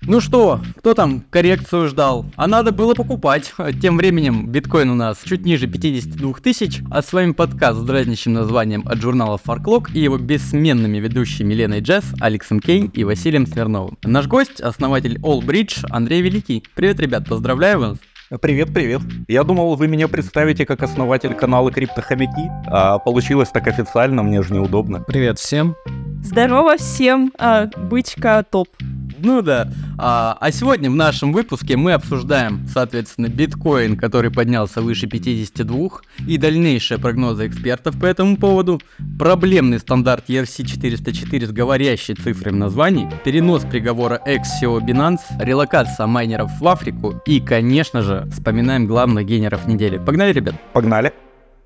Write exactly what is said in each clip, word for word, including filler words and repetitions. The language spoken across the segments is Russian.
Ну что, кто там коррекцию ждал? А надо было покупать. Тем временем биткоин у нас чуть ниже пятьдесят два тысяч, а с вами подкаст с дразнящим названием от журнала Farklog и его бессменными ведущими Леной Джесс, Алексом Кей и Василием Смирновым. Наш гость, основатель Allbridge Андрей Великий. Привет, ребят, поздравляю вас. Привет, привет. Я думал, вы меня представите как основатель канала Криптохомяки, а получилось так официально, мне же неудобно. Привет всем. Здорово всем, а, бычка топ. Ну да. А, а сегодня в нашем выпуске мы обсуждаем, соответственно, биткоин, который поднялся выше пятьдесят два, и дальнейшие прогнозы экспертов по этому поводу, проблемный стандарт и ар си четыреста четыре с говорящей цифрой в названии, перенос приговора экс-си и о Binance, релокация майнеров в Африку и, конечно же, вспоминаем главных гейнеров недели. Погнали, ребят? Погнали.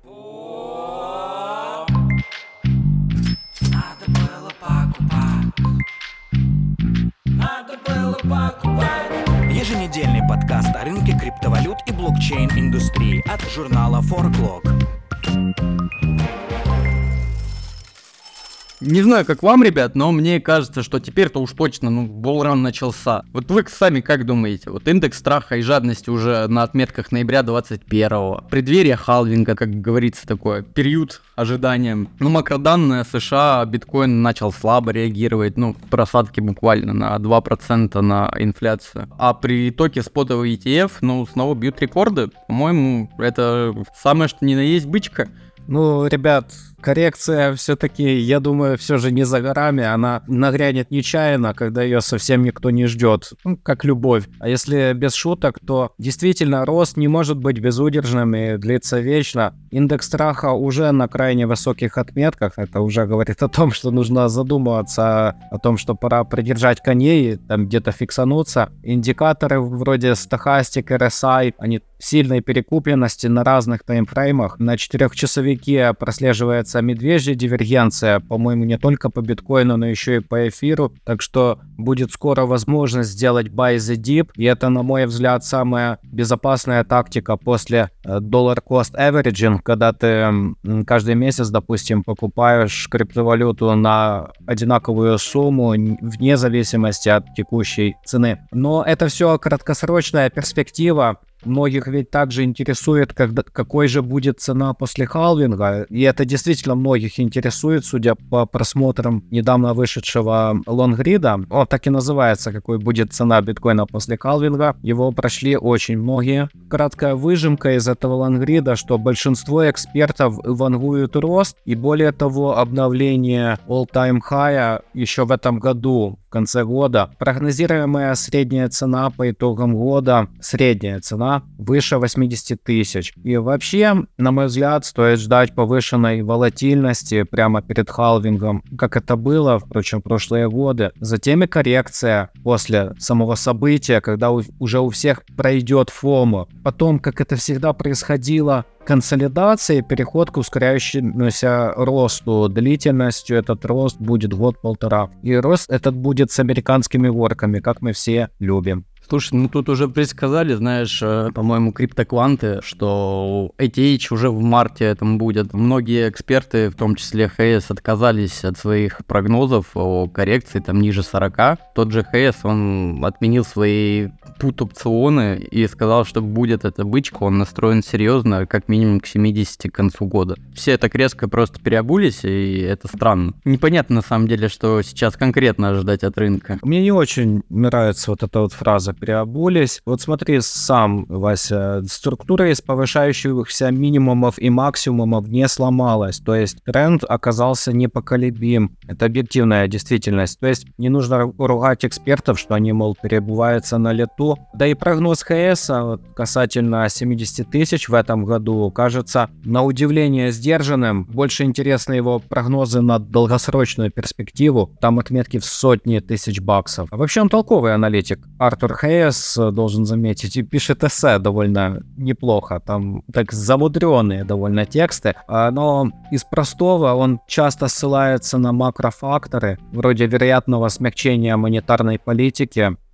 Еженедельный подкаст о рынке криптовалют и блокчейн-индустрии от журнала Farklog. Не знаю, как вам, ребят, но мне кажется, что теперь-то уж точно, ну, булран начался. Вот вы сами как думаете? Вот индекс страха и жадности уже на отметках ноября двадцать первого. Преддверие халвинга, как говорится, такое, период ожидания. Ну, макроданные США, биткоин начал слабо реагировать, ну, просадки буквально на два процента на инфляцию. А при токе спотовый и ти эф, ну, снова бьют рекорды. По-моему, это самое, что ни на есть бычка. Ну, ребят, коррекция все-таки, я думаю, все же не за горами. Она нагрянет нечаянно, когда ее совсем никто не ждет. Ну, как любовь. А если без шуток, то действительно рост не может быть безудержным и длиться вечно. Индекс страха уже на крайне высоких отметках. Это уже говорит о том, что нужно задумываться о том, что пора придержать коней, там где-то фиксануться. Индикаторы вроде Stochastic, эр эс ай, они сильной перекупленности на разных таймфреймах. На четырехчасовике прослеживается медвежья дивергенция, по-моему, не только по биткоину, но еще и по эфиру. Так что будет скоро возможность сделать buy the dip. И это, на мой взгляд, самая безопасная тактика после dollar cost averaging, когда ты каждый месяц, допустим, покупаешь криптовалюту на одинаковую сумму вне зависимости от текущей цены. Но это все краткосрочная перспектива. Многих ведь также интересует, когда, какой же будет цена после халвинга. И это действительно многих интересует, судя по просмотрам недавно вышедшего лонгрида. Он так и называется, какой будет цена биткоина после халвинга. Его прошли очень многие. Краткая выжимка из этого лонгрида, что большинство экспертов вангуют рост. И более того, обновление all-time high еще в этом году, в конце года. Прогнозируемая средняя цена по итогам года, средняя цена выше восемьдесят тысяч. И вообще, на мой взгляд, стоит ждать повышенной волатильности прямо перед халвингом, как это было, впрочем, в прошлые годы. Затем и коррекция после самого события, когда у, уже у всех пройдет фомо. Потом, как это всегда происходило, консолидация, переход к ускоряющемуся росту. Длительностью этот рост будет год-полтора. И рост этот будет с американскими ворками, как мы все любим. Слушай, ну тут уже предсказали, знаешь, по-моему, криптокванты, что эй ти эйч уже в марте этом будет. Многие эксперты, в том числе эй эс, отказались от своих прогнозов о коррекции там ниже сорока. Тот же эй эс, он отменил свои пут-опционы и сказал, что будет эта бычка, он настроен серьезно, как минимум к семидесяти к концу года. Все так резко просто переобулись, и это странно. Непонятно на самом деле, что сейчас конкретно ожидать от рынка. Мне не очень нравится вот эта вот фраза «переобулись». Вот смотри сам, Вася, структура из повышающихся минимумов и максимумов не сломалась, то есть тренд оказался непоколебим. Это объективная действительность, то есть не нужно ругать экспертов, что они, мол, переобуваются на лету. Да и прогноз эй эс вот, касательно семидесяти тысяч в этом году кажется на удивление сдержанным. Больше интересны его прогнозы на долгосрочную перспективу. Там отметки в сотни тысяч баксов. А вообще он толковый аналитик. Артур Хейс, должен заметить, и пишет эссе довольно неплохо. Там так замудренные довольно тексты. Но из простого он часто ссылается на макрофакторы, вроде вероятного смягчения монетарной политики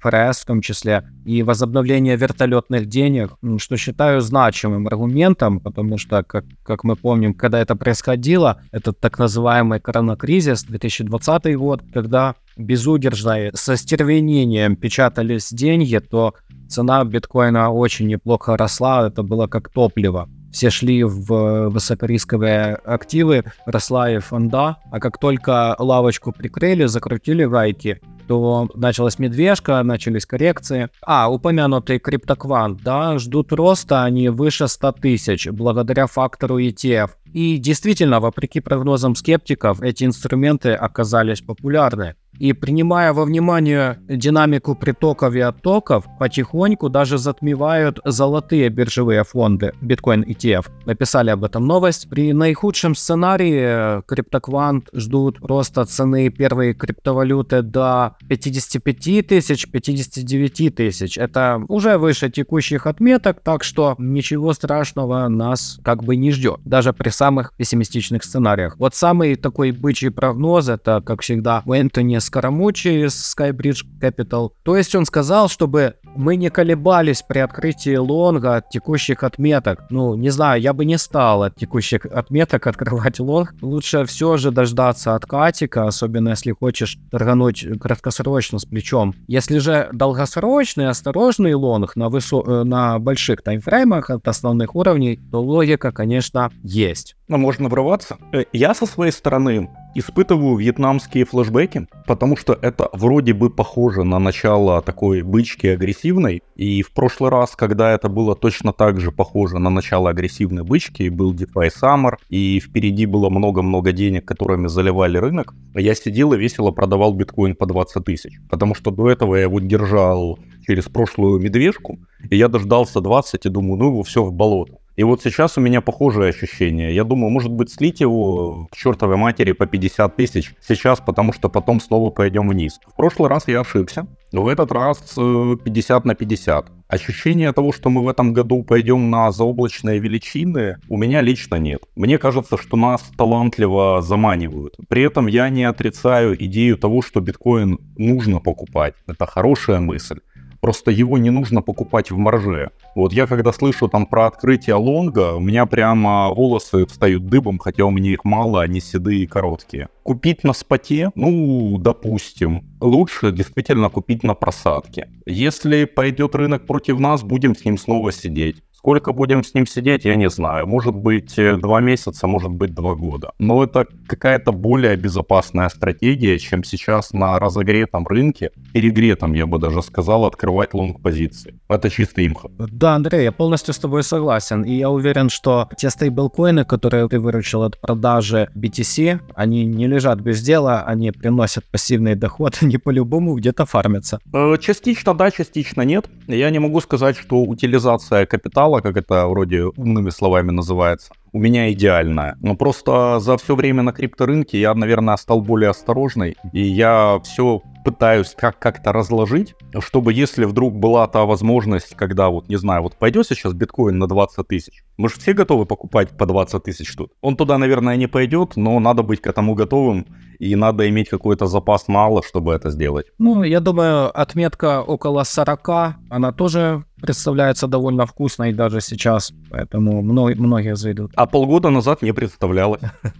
эф эр эс в том числе, и возобновление вертолетных денег, что считаю значимым аргументом, потому что, как, как мы помним, когда это происходило, этот так называемый коронакризис, две тысячи двадцатый год, когда безудержно, со стервенением печатались деньги, то цена биткоина очень неплохо росла, это было как топливо. Все шли в высокорисковые активы, росла и фонда, а как только лавочку прикрыли, закрутили гайки, то началась медвежка, начались коррекции. А, упомянутый криптоквант, да, ждут роста, они выше ста тысяч, благодаря фактору и ти эф. И действительно, вопреки прогнозам скептиков, эти инструменты оказались популярны. И принимая во внимание динамику притоков и оттоков, потихоньку даже затмевают золотые биржевые фонды Bitcoin и ти эф. Написали об этом новость. При наихудшем сценарии криптоквант ждут роста цены первой криптовалюты до пятидесяти пяти тысяч, пятидесяти девяти тысяч. Это уже выше текущих отметок, так что ничего страшного нас как бы не ждет, даже при самых пессимистичных сценариях. Вот самый такой бычий прогноз, это, как всегда, у Энтони Скоромучи из Skybridge Capital. То есть он сказал, чтобы мы не колебались при открытии лонга от текущих отметок. Ну, не знаю, я бы не стал от текущих отметок открывать лонг. Лучше все же дождаться откатика, особенно если хочешь торгануть краткосрочно с плечом. Если же долгосрочный, осторожный лонг на, высо- на больших таймфреймах от основных уровней, то логика, конечно, есть. Но можно врываться. Я со своей стороны испытываю вьетнамские флешбеки, потому что это вроде бы похоже на начало такой бычки агрессивной. И в прошлый раз, когда это было точно так же похоже на начало агрессивной бычки, был DeFi Summer, и впереди было много-много денег, которыми заливали рынок, я сидел и весело продавал биткоин по двадцать тысяч. Потому что до этого я его держал через прошлую медвежку, и я дождался двадцать и думаю, ну его все в болото. И вот сейчас у меня похожее ощущение. Я думаю, может быть, слить его к чертовой матери по пятьдесят тысяч сейчас, потому что потом снова пойдем вниз. В прошлый раз я ошибся, но в этот раз пятьдесят на пятьдесят. Ощущение того, что мы в этом году пойдем на заоблачные величины, у меня лично нет. Мне кажется, что нас талантливо заманивают. При этом я не отрицаю идею того, что биткоин нужно покупать. Это хорошая мысль. Просто его не нужно покупать в марже. Вот я когда слышу там про открытие лонга, у меня прямо волосы встают дыбом, хотя у меня их мало, они седые и короткие. Купить на споте? Ну, допустим. Лучше действительно купить на просадке. Если пойдет рынок против нас, будем с ним снова сидеть. Сколько будем с ним сидеть, я не знаю. Может быть два месяца, может быть два года. Но это какая-то более безопасная стратегия, чем сейчас на разогретом рынке, перегретом, я бы даже сказал, открывать лонг-позиции. Это чисто имхо. Да, Андрей, я полностью с тобой согласен. И я уверен, что те стейблкоины, которые ты выручил от продажи би ти си, они не лежат без дела, они приносят пассивный доход, они по-любому где-то фармятся. Частично да, частично нет. Я не могу сказать, что утилизация капитала, как это вроде умными словами называется, у меня идеальная. Но просто за все время на крипторынке я, наверное, стал более осторожный. И я все пытаюсь как- как-то разложить, чтобы если вдруг была та возможность, когда вот, не знаю, вот пойдет сейчас биткоин на двадцать тысяч, мы же все готовы покупать по двадцать тысяч тут. Он туда, наверное, не пойдет, но надо быть к этому готовым. И надо иметь какой-то запас мало, чтобы это сделать. Ну, я думаю, отметка около сорока, она тоже представляется довольно вкусной даже сейчас, поэтому мно- многие зайдут. А полгода назад не представлялось.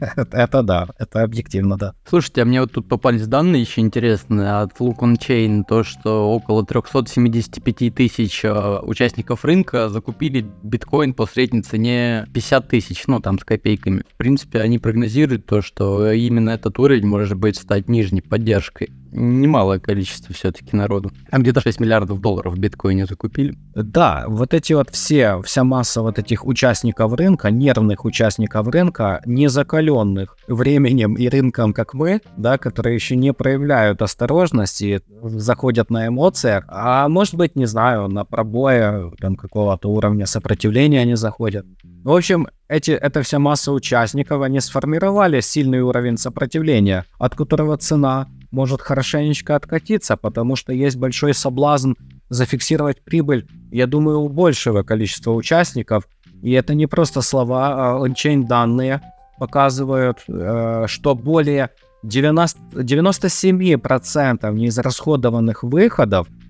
Это да, это объективно, да. Слушайте, а мне вот тут попались данные еще интересные от Fluke on Chain, то, что около триста семьдесят пять тысяч э, участников рынка закупили биткоин по средней цене пятьдесят тысяч, ну там с копейками. В принципе, они прогнозируют то, что именно этот уровень может быть стать нижней поддержкой. Немалое количество все-таки народу. Там где-то шесть миллиардов долларов в биткоине закупили. Да, вот эти вот все, вся масса вот этих участников рынка, нервных участников рынка, не закаленных временем и рынком, как мы, да, которые еще не проявляют осторожности, заходят на эмоциях, а может быть, не знаю, на пробое там какого-то уровня сопротивления они заходят. В общем, эти, эта вся масса участников, они сформировали сильный уровень сопротивления, от которого цена может хорошенечко откатиться, потому что есть большой соблазн зафиксировать прибыль, я думаю, у большего количества участников. И это не просто слова, а ончейн данные показывают, что более девяносто, девяносто семь процентов неизрасходованных выходов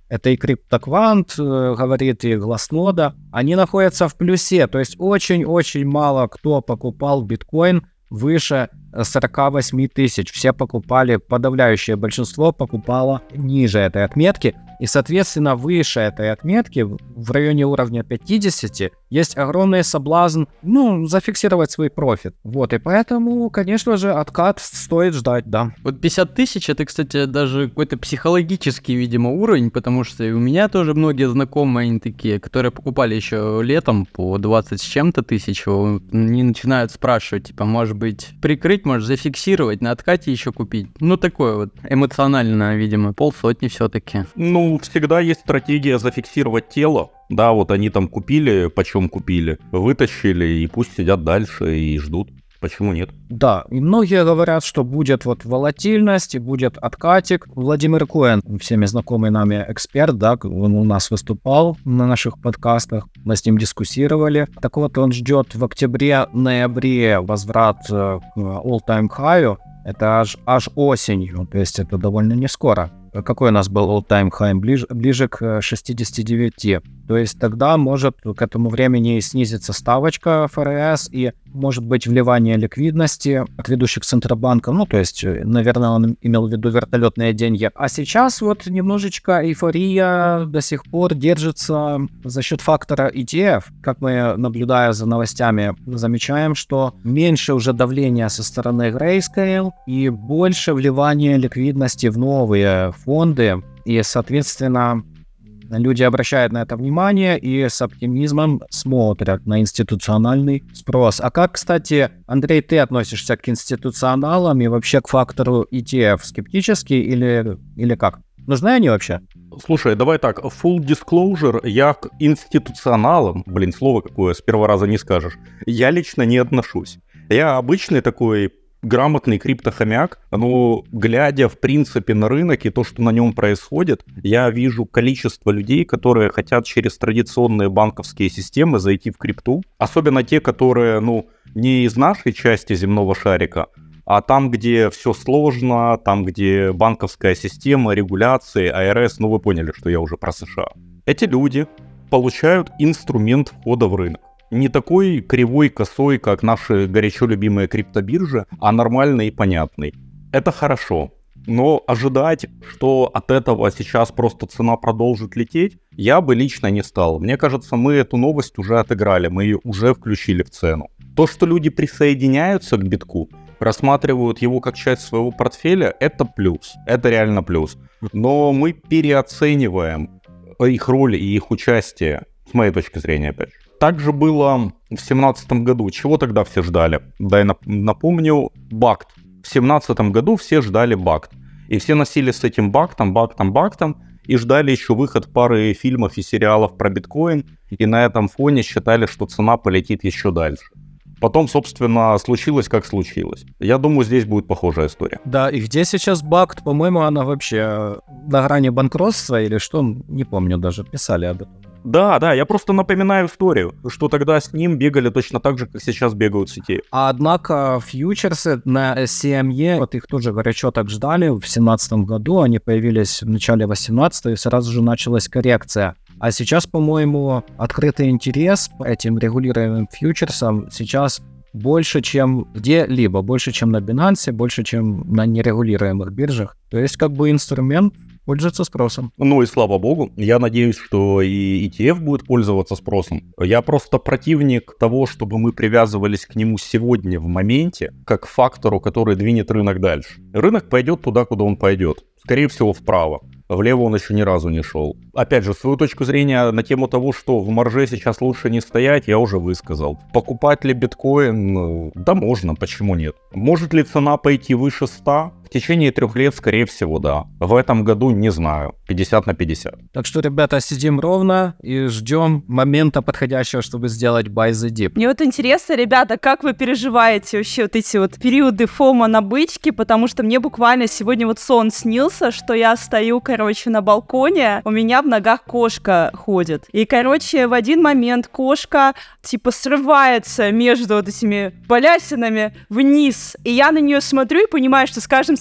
это и CryptoQuant э, говорит, и Glassnode, они находятся в плюсе, то есть очень-очень мало кто покупал биткоин выше сорок восемь тысяч. Все покупали, подавляющее большинство покупало ниже этой отметки. И, соответственно, выше этой отметки, в районе уровня пятьдесят, есть огромный соблазн, ну, зафиксировать свой профит. Вот, и поэтому, конечно же, откат стоит ждать, да. Вот пятьдесят тысяч, это, кстати, даже какой-то психологический, видимо, уровень, потому что и у меня тоже многие знакомые, они такие, которые покупали еще летом по двадцать с чем-то тысяч, они начинают спрашивать, типа, может быть, прикрыть, может, зафиксировать, на откате еще купить. Ну, такое вот эмоционально, видимо, полсотни все-таки. Ну, всегда есть стратегия зафиксировать тело. Да, вот они там купили, почем купили, вытащили, и пусть сидят дальше и ждут. Почему нет? Да, и многие говорят, что будет вот волатильность и будет откатик. Владимир Коэн, всеми знакомый нами эксперт, да, он у нас выступал на наших подкастах, мы с ним дискуссировали. Так вот, он ждет в октябре-ноябре возврат к all-time high, это аж, аж осенью, то есть это довольно не скоро. Какой у нас был all-time high? Ближе, ближе к шестидесяти девяти. То есть тогда может к этому времени снизиться ставочка эф эр эс и может быть вливание ликвидности от ведущих центробанков. Ну, то есть, наверное, он имел в виду вертолетные деньги. А сейчас вот немножечко эйфория до сих пор держится за счет фактора и ти эф. Как мы, наблюдая за новостями, замечаем, что меньше уже давления со стороны Grayscale и больше вливания ликвидности в новые фонды. И, соответственно, люди обращают на это внимание и с оптимизмом смотрят на институциональный спрос. А как, кстати, Андрей, ты относишься к институционалам и вообще к фактору и ти эф? Скептически или, или как? Нужны они вообще? Слушай, давай так, full disclosure, я к институционалам, блин, слово какое, с первого раза не скажешь, я лично не отношусь. Я обычный такой грамотный криптохомяк, но глядя в принципе на рынок и то, что на нем происходит, я вижу количество людей, которые хотят через традиционные банковские системы зайти в крипту, особенно те, которые, ну, не из нашей части земного шарика, а там, где все сложно, там, где банковская система, регуляции, ай ар эс, ну вы поняли, что я уже про США. Эти люди получают инструмент входа в рынок. Не такой кривой, косой, как наши горячо любимые криптобиржи, а нормальный и понятный. Это хорошо. Но ожидать, что от этого сейчас просто цена продолжит лететь, я бы лично не стал. Мне кажется, мы эту новость уже отыграли, мы ее уже включили в цену. То, что люди присоединяются к битку, рассматривают его как часть своего портфеля, это плюс. Это реально плюс. Но мы переоцениваем их роль и их участие, с моей точки зрения, опять же. Также было в семнадцатом году. Чего тогда все ждали? Да, я напомню, бакт. В семнадцатом году все ждали бакт. И все носили с этим бактом, бактом, бактом. И ждали еще выход пары фильмов и сериалов про биткоин. И на этом фоне считали, что цена полетит еще дальше. Потом, собственно, случилось, как случилось. Я думаю, здесь будет похожая история. Да, и где сейчас бакт? По-моему, она вообще на грани банкротства или что? Не помню даже, писали об этом. Да, да, я просто напоминаю историю, что тогда с ним бегали точно так же, как сейчас бегают сети. А однако фьючерсы на си эм и, вот их тоже горячо так ждали в семнадцатом году, они появились в начале восемнадцатого, и сразу же началась коррекция. А сейчас, по-моему, открытый интерес по этим регулируемым фьючерсам сейчас больше, чем где-либо, больше, чем на Binance, больше, чем на нерегулируемых биржах. То есть, как бы инструмент пользуется спросом. Ну и слава богу. Я надеюсь, что и и ти эф будет пользоваться спросом. Я просто противник того, чтобы мы привязывались к нему сегодня в моменте, как к фактору, который двинет рынок дальше. Рынок пойдет туда, куда он пойдет. Скорее всего, вправо. Влево он еще ни разу не шел. Опять же, свою точку зрения на тему того, что в марже сейчас лучше не стоять, я уже высказал. Покупать ли биткоин? Да можно, почему нет? Может ли цена пойти выше ста? В течение трех лет, скорее всего, да. В этом году не знаю. пятьдесят на пятьдесят. Так что, ребята, сидим ровно и ждем момента подходящего, чтобы сделать buy the dip. Мне вот интересно, ребята, как вы переживаете вообще вот эти вот периоды фома на бычке, потому что мне буквально сегодня вот сон снился, что я стою, короче, на балконе, у меня в ногах кошка ходит. И, короче, в один момент кошка, типа, срывается между вот этими балясинами вниз. И я на нее смотрю и понимаю, что с каждым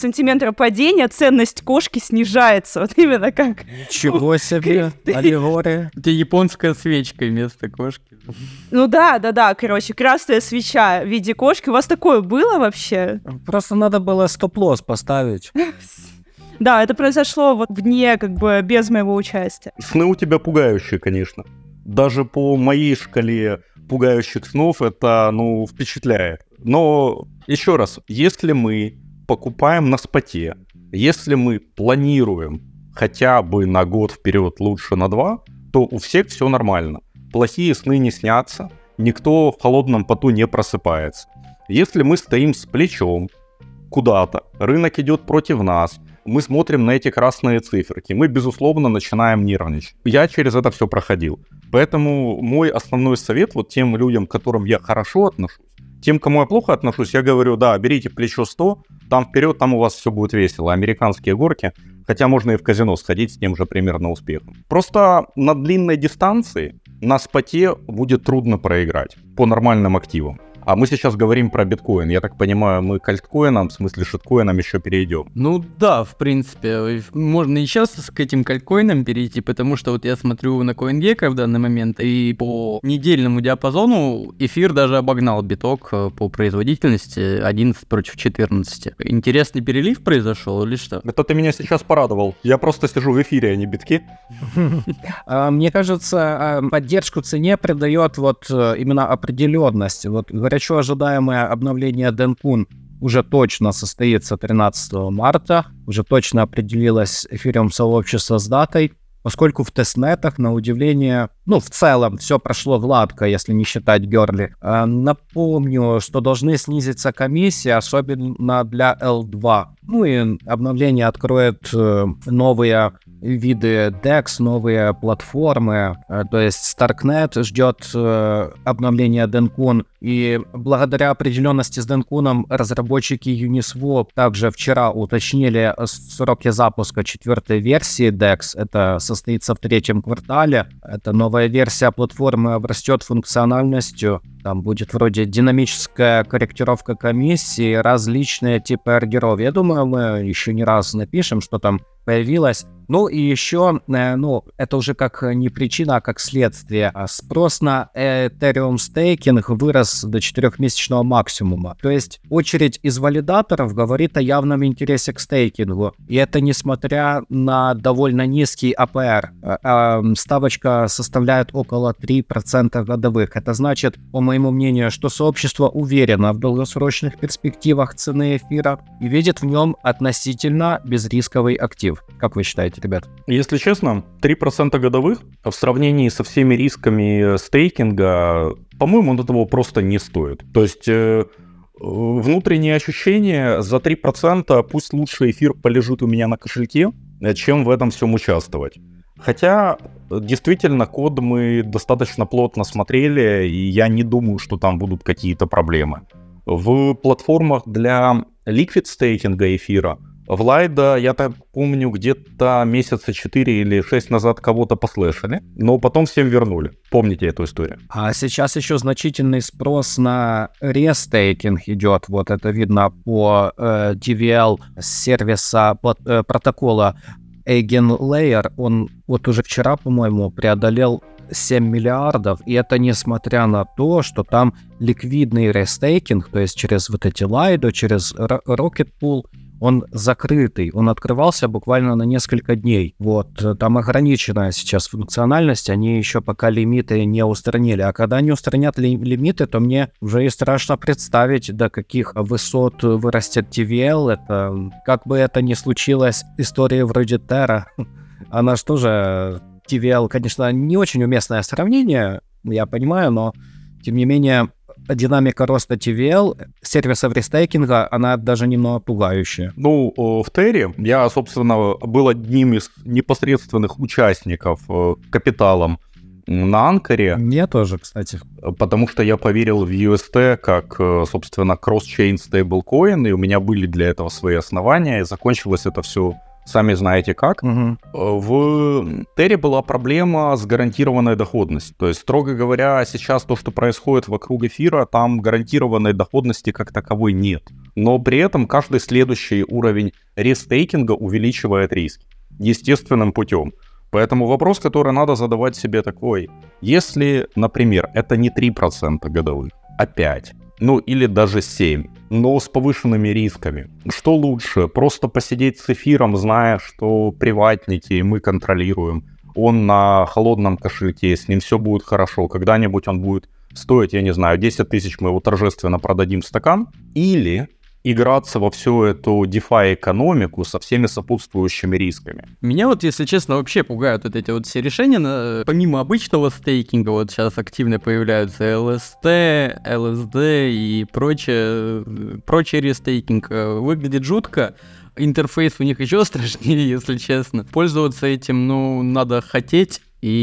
сантиметра падения ценность кошки снижается. Вот именно как... Ничего себе, аллегория. Это японская свечка вместо кошки. Ну да, да, да, короче, красная свеча в виде кошки. У вас такое было вообще? Просто надо было стоп-лосс поставить. Да, это произошло вот вне, как бы, без моего участия. Сны у тебя пугающие, конечно. Даже по моей шкале пугающих снов это, ну, впечатляет. Но, еще раз, если мы покупаем на споте, если мы планируем хотя бы на год вперед, лучше на два, то у всех все нормально. Плохие сны не снятся, никто в холодном поту не просыпается. Если мы стоим с плечом куда-то, рынок идет против нас, мы смотрим на эти красные циферки, мы, безусловно, начинаем нервничать. Я через это все проходил. Поэтому мой основной совет вот тем людям, к которым я хорошо отношусь, тем, кому я плохо отношусь, я говорю, да, берите плечо сто, там вперед, там у вас все будет весело. Американские горки, хотя можно и в казино сходить с тем же примерно успехом. Просто на длинной дистанции на споте будет трудно проиграть по нормальным активам. А мы сейчас говорим про биткоин. Я так понимаю, мы к альткоинам, в смысле шиткоинам еще перейдем. Ну да, в принципе, можно и сейчас к этим альткоинам перейти, потому что вот я смотрю на CoinGecko в данный момент, и по недельному диапазону эфир даже обогнал биток по производительности одиннадцать против четырнадцати. Интересный перелив произошел или что? Это ты меня сейчас порадовал. Я просто сижу в эфире, а не битки. Мне кажется, поддержку цене придает вот именно определенность. Вот горячо ожидаемое обновление Денкун уже точно состоится тринадцатого марта, уже точно определилось эфириум-сообщество с датой, поскольку в тестнетах, на удивление, ну, в целом, все прошло гладко, если не считать Герли. Напомню, что должны снизиться комиссии, особенно для эл два. Ну и обновление откроет новые виды декс, новые платформы, то есть Starknet ждет обновления Денкун, и благодаря определенности с Денкуном разработчики Uniswap также вчера уточнили сроки запуска четвертой версии декс, это состоится в третьем квартале, это новая версия платформы обрастет функциональностью, там будет вроде динамическая корректировка комиссии, различные типы ордеров. Я думаю, мы еще не раз напишем, что там появилось. Ну и еще, ну, это уже как не причина, а как следствие. Спрос на Ethereum стейкинг вырос до четырехмесячного максимума. То есть очередь из валидаторов говорит о явном интересе к стейкингу. И это несмотря на довольно низкий эй пи ар. Ставочка составляет около три процента годовых. Это значит, по моему мнению, что сообщество уверено в долгосрочных перспективах цены эфира и видит в нем относительно безрисковый актив. Как вы считаете, ребят? Если честно, три процента годовых в сравнении со всеми рисками стейкинга, по-моему, он этого просто не стоит. То есть э, внутренние ощущения за три процента, пусть лучше эфир полежит у меня на кошельке, чем в этом всем участвовать. Хотя, действительно, код мы достаточно плотно смотрели, и я не думаю, что там будут какие-то проблемы. В платформах для ликвид стейкинга эфира в Лайда, я так помню, где-то месяца четыре или шесть назад кого-то послэшили, но потом всем вернули. Помните эту историю? А сейчас еще значительный спрос на рестейкинг идет. Вот это видно по э, ди ви эл сервиса э, протокола Eigenlayer. Он вот уже вчера, по-моему, преодолел семь миллиардов, и это несмотря на то, что там ликвидный рестейкинг, то есть через вот эти Lido, через Rocket Pool, он закрытый, он открывался буквально на несколько дней. Вот, там ограниченная сейчас функциональность, они еще пока лимиты не устранили. А когда они устранят ли, лимиты, то мне уже и страшно представить, до каких высот вырастет ти ви эл. Это, как бы это ни случилось, история вроде Terra, она же тоже, ти ви эл, конечно, не очень уместное сравнение, я понимаю, но, тем не менее, динамика роста ти ви эл сервисов рестейкинга, она даже немного пугающая. Ну, в Терре я, собственно, был одним из непосредственных участников капиталом на Анкоре. Я тоже, кстати. Потому что я поверил в ю эс ти как, собственно, кросс-чейн стейблкоин, и у меня были для этого свои основания, и закончилось это все сами знаете как. Мгм. В Терре была проблема с гарантированной доходностью. То есть, строго говоря, сейчас то, что происходит вокруг эфира, там гарантированной доходности как таковой нет. Но при этом каждый следующий уровень рестейкинга увеличивает риски естественным путем. Поэтому вопрос, который надо задавать себе такой: если, например, это не три процента годовых, а пять, ну или даже семь, но с повышенными рисками, что лучше? Просто посидеть с эфиром, зная, что приватники мы контролируем, он на холодном кошельке, с ним все будет хорошо, когда-нибудь он будет стоить, я не знаю, десять тысяч, мы его торжественно продадим стакан, или играться во всю эту DeFi-экономику со всеми сопутствующими рисками. Меня вот, если честно, вообще пугают вот эти вот все решения. на- Помимо обычного стейкинга, вот сейчас активно появляются эл эс ти, эл эс ди и прочее, э, прочий рестейкинг. Э, Выглядит жутко. Интерфейс у них еще страшнее, если честно. Пользоваться этим, ну, надо хотеть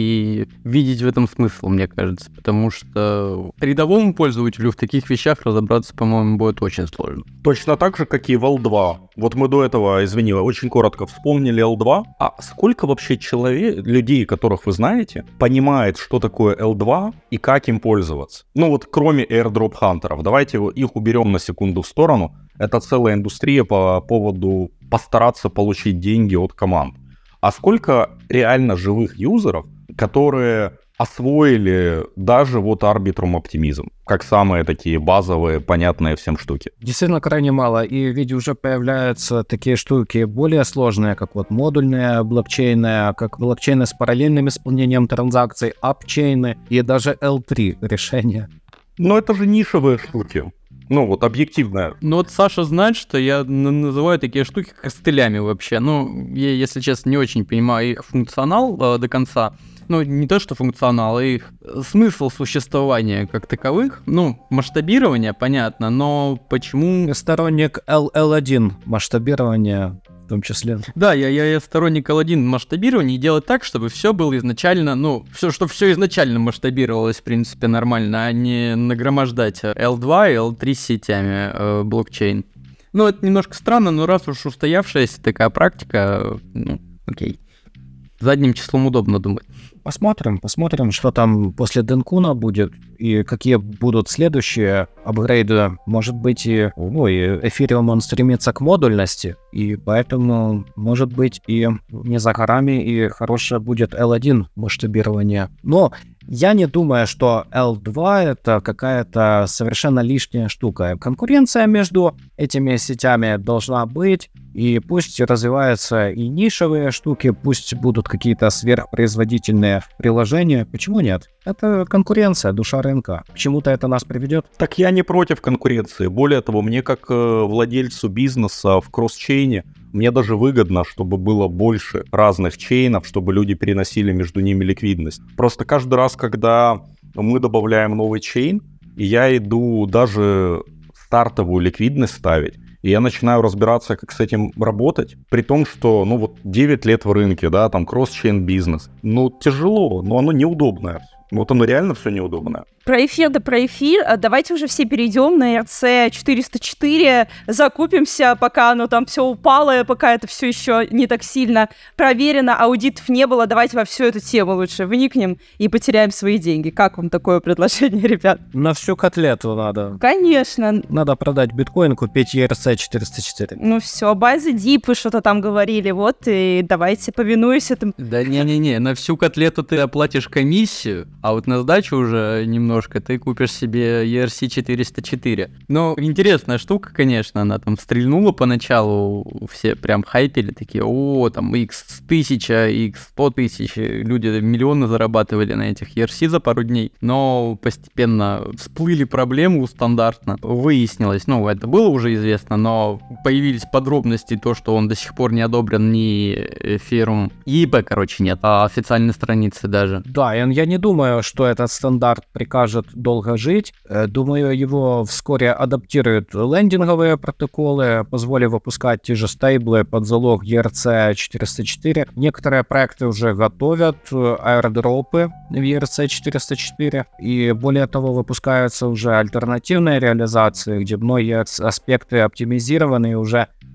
и видеть в этом смысл, мне кажется. Потому что рядовому пользователю в таких вещах разобраться, по-моему, будет очень сложно. Точно так же, как и в эл два. Вот мы до этого, извини, очень коротко вспомнили эл два. А сколько вообще человек, людей, которых вы знаете, понимает, что такое эл два и как им пользоваться? Ну вот кроме airdrop-хантеров. Давайте их уберем на секунду в сторону. Это целая индустрия по поводу постараться получить деньги от команд. А сколько реально живых юзеров, которые освоили даже вот Arbitrum оптимизм, как самые такие базовые, понятные всем штуки? Действительно крайне мало, и ведь уже появляются такие штуки более сложные, как вот модульные блокчейны, как блокчейны с параллельным исполнением транзакций, апчейны и даже эл три решения. Но это же нишевые штуки. Ну вот объективно. Ну вот Саша знает, что я н- называю такие штуки костылями вообще. Ну, я, если честно, не очень понимаю их функционал э, до конца. Ну, не то, что функционал, а их смысл существования как таковых. Ну, масштабирование, понятно, но почему... Я сторонник эл эл один масштабирования в том числе. Да, я, я, я сторонник эл один масштабирования и делать так, чтобы все было изначально, ну, все, чтобы все изначально масштабировалось, в принципе, нормально, а не нагромождать эл два и эл три с сетями э, блокчейн. Ну, это немножко странно, но раз уж устоявшаяся такая практика, э, ну, окей. Задним числом удобно думать. Посмотрим, посмотрим, что там после Денкуна будет и какие будут следующие апгрейды. Может быть, и, ну, и Ethereum он стремится к модульности, и поэтому, может быть, и не за горами, и хорошее будет эл один масштабирование. Но я не думаю, что эл два это какая-то совершенно лишняя штука. Конкуренция между этими сетями должна быть, и пусть развиваются и нишевые штуки, пусть будут какие-то сверхпроизводительные приложения. Почему нет? Это конкуренция, душа рынка. К чему-то это нас приведет. Так я не против конкуренции. Более того, мне как э, владельцу бизнеса в кросс-чейне, мне даже выгодно, чтобы было больше разных чейнов, чтобы люди переносили между ними ликвидность. Просто каждый раз, когда мы добавляем новый чейн, и я иду даже стартовую ликвидность ставить, и я начинаю разбираться, как с этим работать, при том, что, ну вот, девять лет в рынке, да, там, кросс-чейн бизнес. Ну, тяжело, но оно неудобное. Вот оно реально все неудобное. Про эфир да про эфир. А давайте уже все перейдем на эр си четыреста четыре, закупимся, пока оно там все упало, пока это все еще не так сильно проверено, аудитов не было. Давайте во всю эту тему лучше вникнем и потеряем свои деньги. Как вам такое предложение, ребят? На всю котлету надо. Конечно. Надо продать биткоин, купить и эр си четыреста четыре. Ну все, базы дип, вы что-то там говорили, вот, и давайте повинуюсь этому. Да не-не-не, на всю котлету ты оплатишь комиссию, а вот на сдачу уже немножко ты купишь себе и эр си четыреста четыре. Но интересная штука, конечно, она там стрельнула поначалу, все прям хайпели, такие, о, там икс тысяча, икс сто тысяч, люди миллионы зарабатывали на этих и эр си за пару дней, но постепенно всплыли проблемы стандартно, выяснилось, ну, это было уже известно, но появились подробности, то, что он до сих пор не одобрен ни Ethereum, и и пи, короче, нет, а официальной страницы даже. Да, и я не думаю, что этот стандарт прикажет долго жить. Э, Думаю, его вскоре адаптируют лендинговые протоколы, позволив выпускать те же стейблы под залог и эр си четыреста четыре. Некоторые проекты уже готовят э, аирдропы в и эр си четыреста четыре. И более того, выпускаются уже альтернативные реализации, где многие ас- аспекты оптимизированы и уже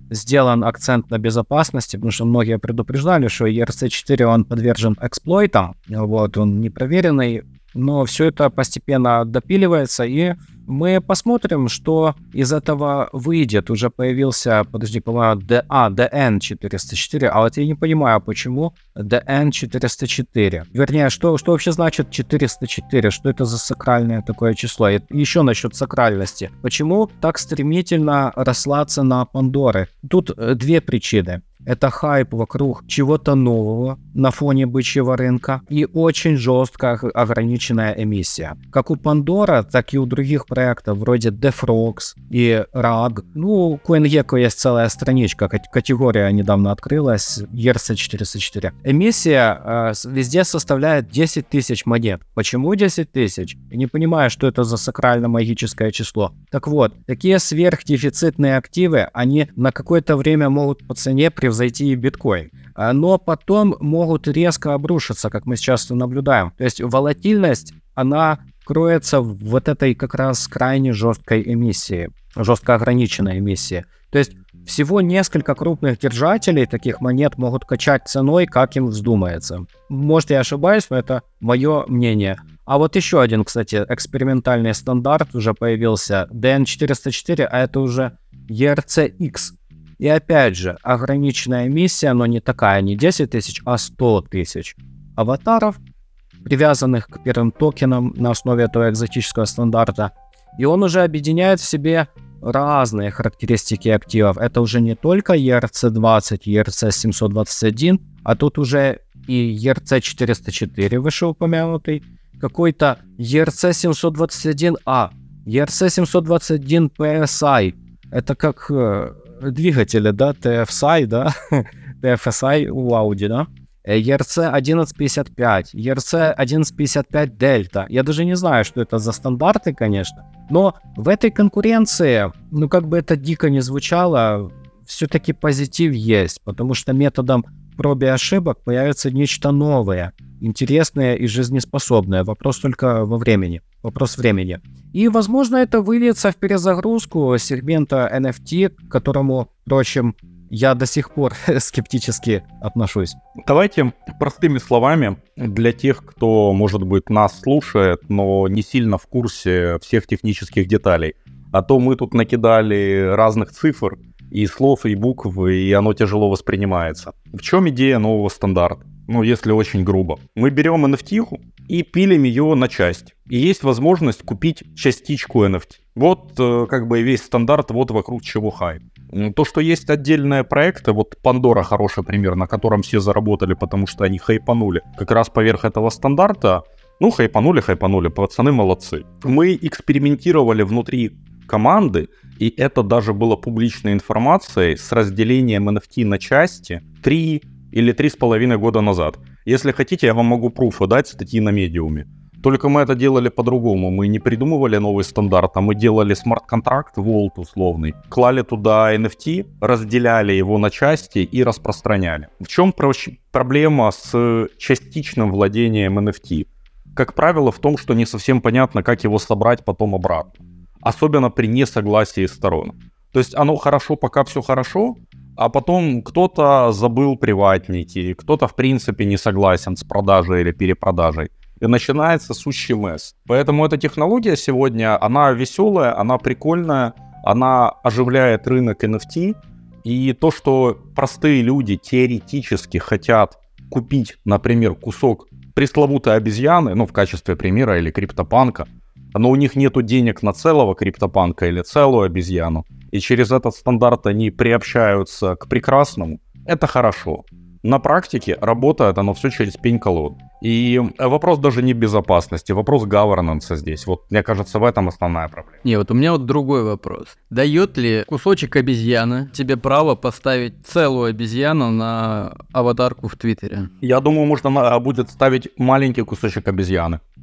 сделан акцент на безопасности, потому что многие предупреждали, что и эр си четыре, он подвержен эксплойтам, вот, он непроверенный, но все это постепенно допиливается, и мы посмотрим, что из этого выйдет. Уже появился, подожди, по-моему, D... а, ди эн четыреста четыре, а вот я не понимаю, почему ди эн четыреста четыре. Вернее, что, что вообще значит четыреста четыре? Что это за сакральное такое число? И еще насчет сакральности. Почему так стремительно росла цена Пандоры? Тут э, две причины. Это хайп вокруг чего-то нового на фоне бычьего рынка и очень жесткая ограниченная эмиссия. Как у Pandora, так и у других проектов вроде Defrox и раг. Ну, у CoinGecko есть целая страничка, категория недавно открылась, и эр си четыреста четыре. Эмиссия э, везде составляет десять тысяч монет. Почему десять тысяч? Я не понимаю, что это за сакрально-магическое число. Так вот, такие сверхдефицитные активы, они на какое-то время могут по цене превзойти зайти и биткоин, но потом могут резко обрушиться, как мы сейчас наблюдаем. То есть волатильность, она кроется в вот этой как раз крайне жесткой эмиссии, жестко ограниченной эмиссии. То есть всего несколько крупных держателей таких монет могут качать ценой, как им вздумается. Может, я ошибаюсь, но это мое мнение. А вот еще один, кстати, экспериментальный стандарт уже появился, ди эн четыреста четыре, а это уже и эр си икс. И опять же, ограниченная эмиссия, но не такая, не десять тысяч, а сто тысяч аватаров, привязанных к первым токенам на основе этого экзотического стандарта. И он уже объединяет в себе разные характеристики активов. Это уже не только и эр си двадцать, и эр си семьсот двадцать один, а тут уже и и эр си четыреста четыре, вышеупомянутый, какой-то и эр си семьсот двадцать один а, и эр си семьсот двадцать один пи эс ай. Это как двигатели, да, ти эф эс ай, да, ти эф эс ай у Audi, да, и эр си одиннадцать пятьдесят пять, и эр си одиннадцать пятьдесят пять Delta. Я даже не знаю, что это за стандарты, конечно, но в этой конкуренции, ну, как бы это дико не звучало, все-таки позитив есть, потому что методом проб и ошибок появится нечто новое, интересное и жизнеспособное. Вопрос только во времени. Вопрос времени. И, возможно, это выльется в перезагрузку сегмента эн эф ти, к которому, впрочем, я до сих пор скептически отношусь. Давайте простыми словами для тех, кто, может быть, нас слушает, но не сильно в курсе всех технических деталей. А то мы тут накидали разных цифр и слов, и букв, и оно тяжело воспринимается. В чем идея нового стандарта? Ну, если очень грубо. Мы берем эн эф ти-ху и пилим ее на часть. И есть возможность купить частичку эн эф ти. Вот э, как бы весь стандарт, вот вокруг чего хайп. То, что есть отдельные проекты, вот Pandora хороший пример, на котором все заработали, потому что они хайпанули. Как раз поверх этого стандарта, ну, хайпанули, хайпанули, пацаны молодцы. Мы экспериментировали внутри команды, и это даже было публичной информацией с разделением эн эф ти на части три или три с половиной года назад. Если хотите, я вам могу пруфы дать, статьи на медиуме. Только мы это делали по-другому. Мы не придумывали новый стандарт, а мы делали смарт-контракт, волт условный. Клали туда эн эф ти, разделяли его на части и распространяли. В чем проще проблема с частичным владением эн эф ти? Как правило, в том, что не совсем понятно, как его собрать потом обратно. Особенно при несогласии сторон. То есть оно хорошо, пока все хорошо, а потом кто-то забыл приватники, кто-то в принципе не согласен с продажей или перепродажей. И начинается сущий месс. Поэтому эта технология сегодня, она веселая, она прикольная, она оживляет рынок эн эф ти. И то, что простые люди теоретически хотят купить, например, кусок пресловутой обезьяны, ну в качестве примера, или криптопанка, но у них нету денег на целого криптопанка или целую обезьяну, и через этот стандарт они приобщаются к прекрасному, это хорошо. На практике работает оно все через пень-колоду. И вопрос даже не безопасности, вопрос governance здесь. Вот, мне кажется, в этом основная проблема. Не, вот у меня вот другой вопрос. Дает ли кусочек обезьяны тебе право поставить целую обезьяну на аватарку в Твиттере? Я думаю, можно будет ставить маленький кусочек обезьяны.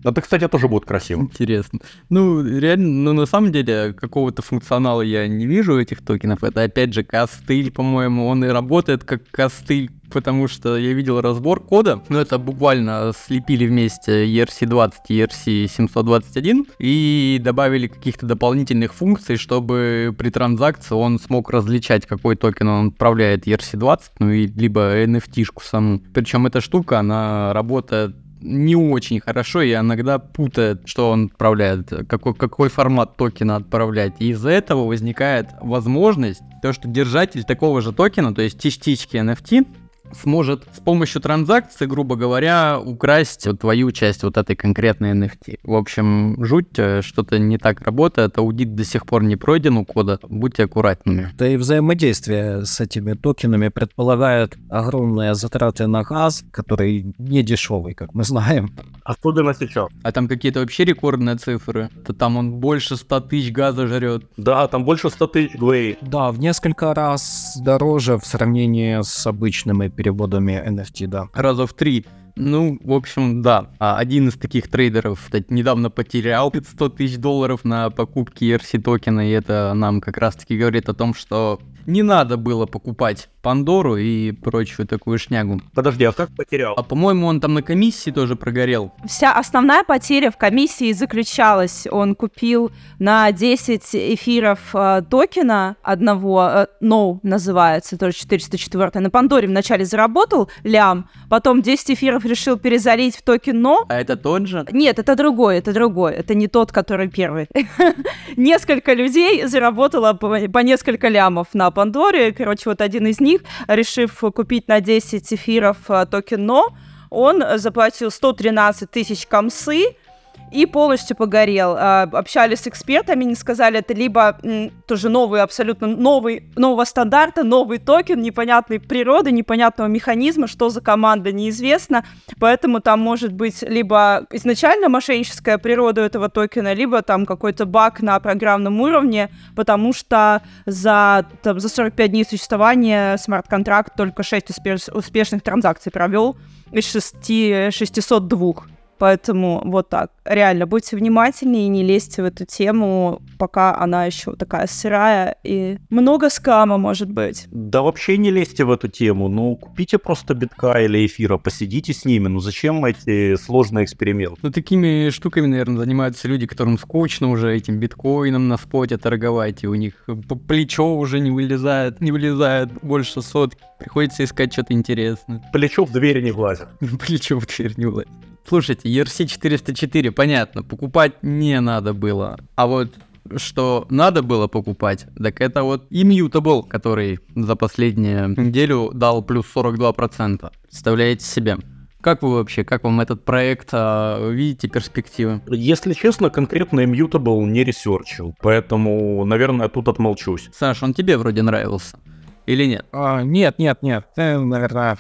Это, кстати, тоже будет красиво. Интересно. Ну, реально, ну, на самом деле, какого-то функционала я не вижу у этих токенов. Это, опять же, костыль, по-моему, он и работает как костыль, потому что я видел разбор кода, но это буквально слепили вместе и эр си двадцать и и эр си семьсот двадцать один и добавили каких-то дополнительных функций, чтобы при транзакции он смог различать, какой токен он отправляет и эр си двадцать, ну и либо эн эф ти-шку саму. Причем эта штука, она работает не очень хорошо и иногда путает, что он отправляет, какой, какой формат токена отправлять. И из-за этого возникает возможность, то, что держатель такого же токена, то есть частички эн эф ти, сможет с помощью транзакции, грубо говоря, украсть вот твою часть вот этой конкретной эн эф ти. В общем, жуть, что-то не так работает, аудит до сих пор не пройден у кода, будьте аккуратными. Да и взаимодействие с этими токенами предполагает огромные затраты на газ, который не дешевый, как мы знаем. Особенно сейчас. А там какие-то вообще рекордные цифры. То там он больше ста тысяч газа жрет. Да, там больше ста тысяч гвей. Да, в несколько раз дороже в сравнении с обычными переводами эн эф ти, да. Раза в три. Ну, в общем, да. А один из таких трейдеров, кстати, недавно потерял пятьсот тысяч долларов на покупке и эр си токена, и это нам как раз-таки говорит о том, что не надо было покупать Пандору и прочую такую шнягу. Подожди, а как потерял? А по-моему, он там на комиссии тоже прогорел. Вся основная потеря в комиссии заключалась. Он купил на десять эфиров э, токена одного, э, No называется, тоже четыреста четыре. На Пандоре вначале заработал лям, потом десять эфиров решил перезалить в токен No. А это тот же? Нет, это другой, это другой. Это не тот, который первый. Несколько людей заработало по, по несколько лямов на Пандоре. Короче, вот один из них, решив купить на десять эфиров токен No, он заплатил сто тринадцать тысяч камсы и полностью погорел. Общались с экспертами, они сказали, это либо м, тоже новый, абсолютно новый, нового стандарта, новый токен, непонятной природы, непонятного механизма, что за команда, неизвестно. Поэтому там может быть либо изначально мошенническая природа этого токена, либо там какой-то баг на программном уровне, потому что за, там, за сорок пять дней существования смарт-контракт только шесть успеш- успешных транзакций провел из шестисот двух. Поэтому вот так. Реально, будьте внимательнее и не лезьте в эту тему, пока она еще такая сырая, и много скама может быть. Да вообще не лезьте в эту тему, ну купите просто битка или эфира, посидите с ними, ну зачем эти сложные эксперименты? Ну, такими штуками, наверное, занимаются люди, которым скучно уже этим биткоином на споте торговать, и у них плечо уже не вылезает, не вылезает больше сотки. Приходится искать что-то интересное. Плечо в дверь не влазит. Плечо в дверь не влазит. Слушайте, и эр си четыреста четыре, понятно, покупать не надо было. А вот что надо было покупать, так это вот Immutable, который за последнюю неделю дал плюс сорок два процента. Представляете себе? Как вы вообще, как вам этот проект, а, видите перспективы? Если честно, конкретно Immutable не ресерчил, поэтому, наверное, тут отмолчусь. Саш, он тебе вроде нравился? Или нет? А, нет, нет, нет, ты, наверное,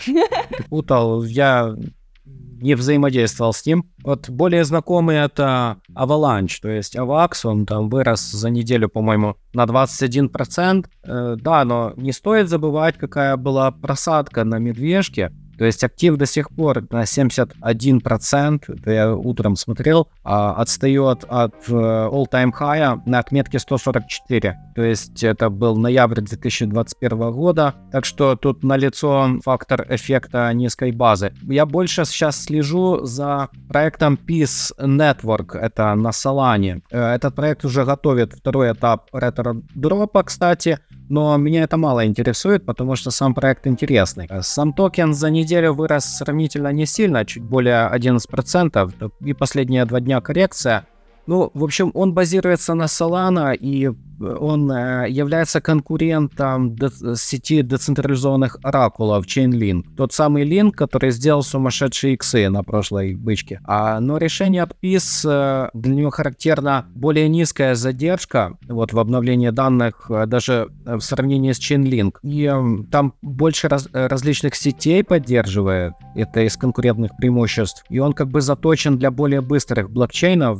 путал. Я не взаимодействовал с ним. Вот более знакомый это Avalanche, то есть Avax, он там вырос за неделю, по-моему, на двадцать один процент. Э, да, но не стоит забывать, какая была просадка на медвежке. То есть актив до сих пор на семьдесят один процент, это я утром смотрел, а отстает от э, all-time high на отметке сто сорок четыре. То есть это был ноябрь две тысячи двадцать первого года. Так что тут налицо фактор эффекта низкой базы. Я больше сейчас слежу за проектом Peace Network, это на Solana. Этот проект уже готовит второй этап ретро-дропа, кстати, но меня это мало интересует, потому что сам проект интересный. Сам токен за неделю вырос сравнительно не сильно, чуть более одиннадцать процентов, и последние два дня коррекция. Ну, в общем, он базируется на Solana, и он э, является конкурентом де- сети децентрализованных оракулов Chainlink. Тот самый Link, который сделал сумасшедшие иксы на прошлой бычке. А, но решение от Peace, э, для него характерна более низкая задержка вот, в обновлении данных, э, даже в сравнении с Chainlink. И э, там больше раз- различных сетей поддерживает. Это из конкурентных преимуществ. И он как бы заточен для более быстрых блокчейнов, заточен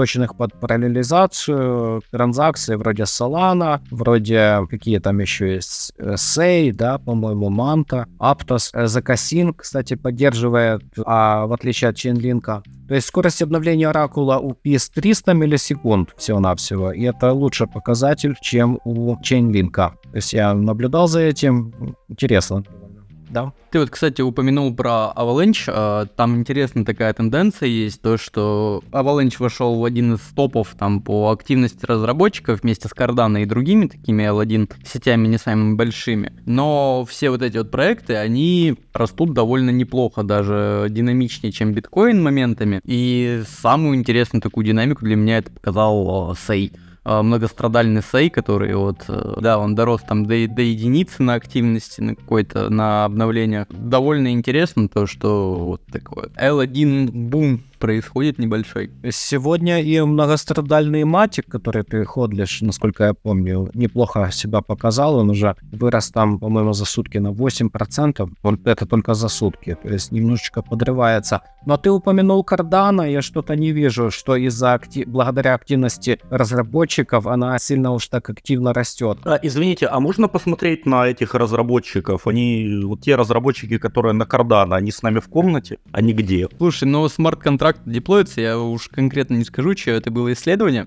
заточенных под параллелизацию транзакций вроде Solana, вроде какие там еще есть, Sei, да, по-моему, Manta, Aptos, Zcasin, кстати, поддерживает, а в отличие от Chainlink. То есть скорость обновления оракула у пи эс триста миллисекунд всего-навсего, и это лучший показатель, чем у Chainlink. То есть я наблюдал за этим, интересно. Да. Ты вот, кстати, упомянул про Avalanche. Там интересная такая тенденция есть, то, что Avalanche вошел в один из топов там по активности разработчиков вместе с Cardano и другими такими эл один сетями не самыми большими. Но все вот эти вот проекты, они растут довольно неплохо, даже динамичнее, чем биткоин моментами. И самую интересную такую динамику для меня это показал Sei. Многострадальный Sei, который вот, да, он дорос там до, до единицы на активности, на какой-то, на обновлениях. Довольно интересно то, что вот такой эл один бум происходит небольшой. Сегодня и многострадальный Матик, который ты ходлишь, насколько я помню, неплохо себя показал. Он уже вырос там, по-моему, за сутки на восемь процентов. Это только за сутки, то есть немножечко подрывается. Но ты упомянул Cardano, я что-то не вижу, что из-за актив... благодаря активности разработчиков она сильно уж так активно растет. А, извините, а можно посмотреть на этих разработчиков? Они, вот те разработчики, которые на Cardano, они с нами в комнате? Они где? Слушай, ну смарт-контракт деплоится, я уж конкретно не скажу, чье это было исследование,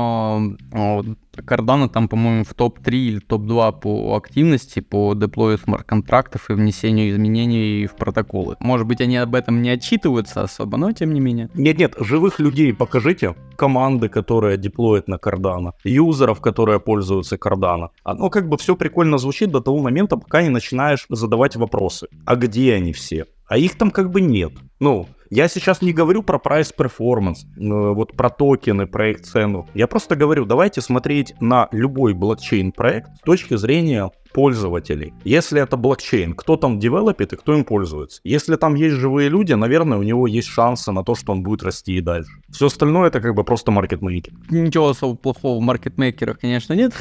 но вот, Cardano там, по-моему, в топ три или топ два по активности, по деплою смарт-контрактов и внесению изменений в протоколы. Может быть, они об этом не отчитываются особо, но тем не менее. Нет-нет, живых людей покажите, команды, которые деплоят на Cardano, юзеров, которые пользуются Cardano. Оно как бы все прикольно звучит до того момента, пока не начинаешь задавать вопросы. А где они все? А их там как бы нет. Ну, я сейчас не говорю про price performance, вот про токены, про их цену. Я просто говорю, давайте смотреть на любой блокчейн-проект с точки зрения пользователей. Если это блокчейн, кто там девелопит и кто им пользуется. Если там есть живые люди, наверное, у него есть шансы на то, что он будет расти и дальше. Все остальное это как бы просто маркетмейкер. Ничего особо плохого в маркетмейкерах, конечно, нет.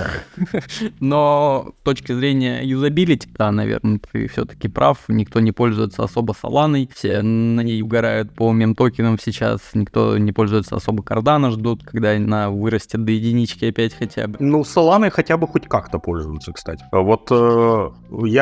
Но с точки зрения юзабилити, да, наверное, ты все-таки прав. Никто не пользуется особо Solana. Все на ней угорают по мем-токенам сейчас. Никто не пользуется особо Cardano, ждут, когда она вырастет до единички опять хотя бы. Ну, Solana хотя бы хоть как-то пользуются, кстати. Вот э,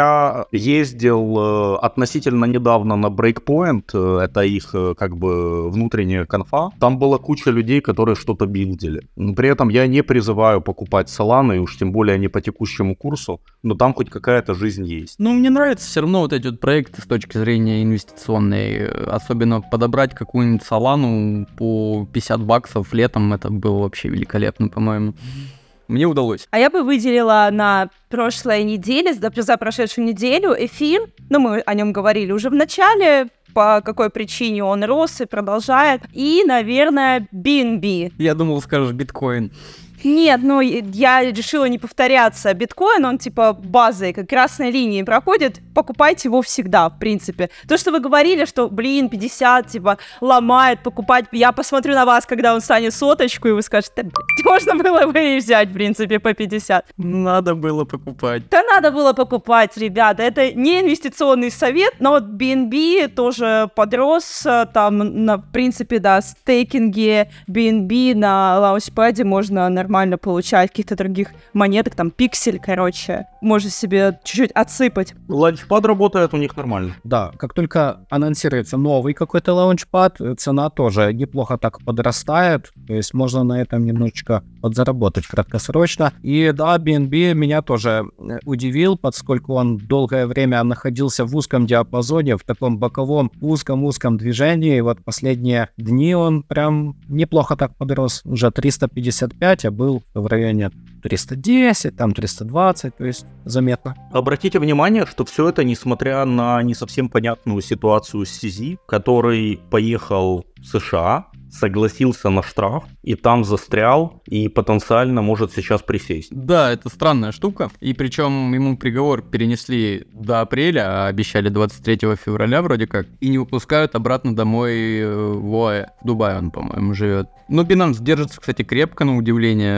я ездил э, относительно недавно на Breakpoint, э, это их э, как бы внутренняя конфа. Там была куча людей, которые что-то билдили. При этом я не призываю покупать Solana, и уж тем более не по текущему курсу, но там хоть какая-то жизнь есть. Ну, мне нравятся все равно вот эти вот проекты с точки зрения инвестиционной. Особенно подобрать какую-нибудь Solana по пятьдесят баксов летом, это было вообще великолепно, по-моему. Мне удалось. А я бы выделила на прошлой неделе, за прошедшую неделю эфир, ну, мы о нем говорили уже в начале, по какой причине он рос и продолжает, и, наверное, би эн би. Я думал, скажешь биткоин. Нет, ну, я решила не повторяться. Биткоин, он типа базой, как красной линией проходит, покупайте его всегда, в принципе. То, что вы говорили, что, блин, пятьдесят, типа, ломает, покупать, я посмотрю на вас, когда он станет соточку, и вы скажете, да, блин, можно было бы и взять, в принципе, по пятьдесят. Надо было покупать. Да надо было покупать, ребята, это не инвестиционный совет, но вот би эн би тоже подрос, там, на, в принципе, да, стейкинге би эн би на лаунчпаде можно нормально нормально получать каких-то других монеток, там, пиксель, короче, можно себе чуть-чуть отсыпать. Лаунчпад работает у них нормально. Да, как только анонсируется новый какой-то лаунчпад, цена тоже неплохо так подрастает, то есть можно на этом немножечко подзаработать краткосрочно. И да, би эн би меня тоже удивил, поскольку он долгое время находился в узком диапазоне, в таком боковом узком-узком движении, и вот последние дни он прям неплохо так подрос, уже триста пятьдесят пять, а был в районе триста десять, там триста двадцать, то есть заметно. Обратите внимание, что все это несмотря на не совсем понятную ситуацию с си зет, который поехал в США, согласился на штраф, и там застрял, и потенциально может сейчас присесть. Да, это странная штука, и причем ему приговор перенесли до апреля, а обещали двадцать третьего февраля вроде как, и не выпускают обратно домой в ОАЭ. В Дубае он, по-моему, живет. Ну, Binance держится, кстати, крепко, на удивление.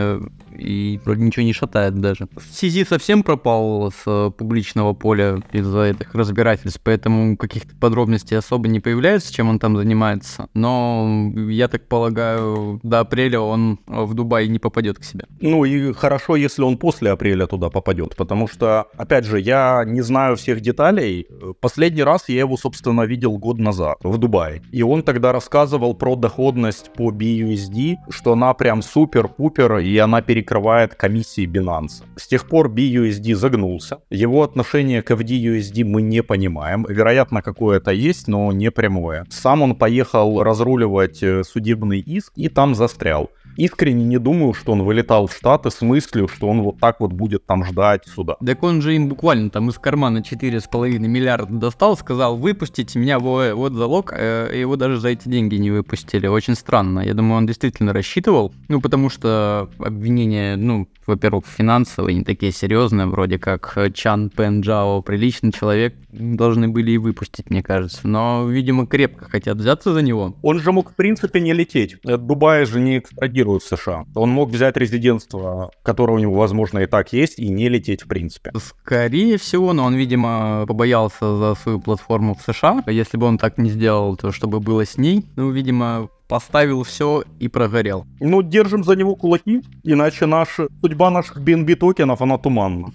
и вроде ничего не шатает даже. си зет совсем пропал с публичного поля из-за этих разбирательств, поэтому каких-то подробностей особо не появляется, чем он там занимается. Но я так полагаю, до апреля он в Дубай не попадет к себе. Ну и хорошо, если он после апреля туда попадет, потому что, опять же, я не знаю всех деталей. Последний раз я его, собственно, видел год назад в Дубае. И он тогда рассказывал про доходность по би ю эс ди, что она прям супер-пупер, и она перекрывает комиссии Binance. С тех пор би ю эс ди загнулся. Его отношение к эф ди ю эс ди мы не понимаем. Вероятно, какое-то есть, но не прямое. Сам он поехал разруливать судебный иск и там застрял. Искренне не думаю, что он вылетал в Штаты с мыслью, что он вот так вот будет там ждать суда. Так он же им буквально там из кармана четыре с половиной миллиарда достал, сказал: выпустите меня, вот, вот залог, э, его даже за эти деньги не выпустили. Очень странно. Я думаю, он действительно рассчитывал, ну, потому что обвинения, ну, во-первых, финансовые, не такие серьезные, вроде как Чан Пен Джао, приличный человек, должны были и выпустить, мне кажется. Но, видимо, крепко хотят взяться за него. Он же мог, в принципе, не лететь. Дубай же не экстрадирует в США. Он мог взять резидентство, которое у него, возможно, и так есть, и не лететь, в принципе. Скорее всего, но он, видимо, побоялся за свою платформу в США. Если бы он так не сделал, то чтобы было с ней, ну, видимо, поставил все и прогорел. Ну, держим за него кулаки, иначе наша судьба наших би эн би токенов, она туманна.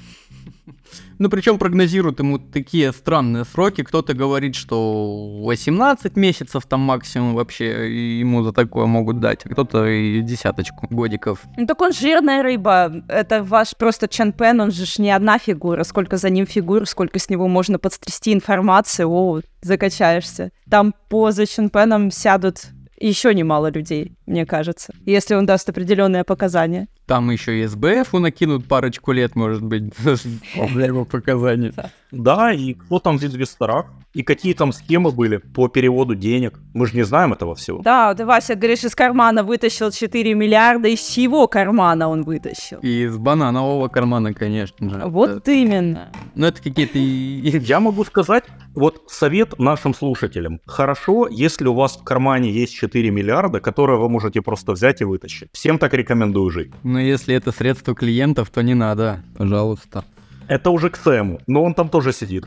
Ну, причем прогнозируют ему такие странные сроки. Кто-то говорит, что восемнадцать месяцев там максимум вообще ему за такое могут дать, а кто-то и десяточку годиков. Ну, так он жирная рыба. Это ваш просто Чан Пен, он же ж не одна фигура. Сколько за ним фигур, сколько с него можно подстрясти информации. О, закачаешься. Там по за Чан Пеном сядут еще немало людей, мне кажется, если он даст определенные показания. Там еще и эс бэ эфу накинут парочку лет, может быть, для его показаний. Да, и кто там в инвесторах, и какие там схемы были по переводу денег. Мы же не знаем этого всего. Да, ты, Вася, говоришь, из кармана вытащил четыре миллиарда. Из чьего кармана он вытащил? И из бананового кармана, конечно же. Вот это... именно. Ну, это какие-то... Я могу сказать, вот совет нашим слушателям. Хорошо, если у вас в кармане есть четыре миллиарда, которые вы можете просто взять и вытащить. Всем так рекомендую жить. Но если это средства клиентов, то не надо, пожалуйста. Это уже к Сэму, но он там тоже сидит.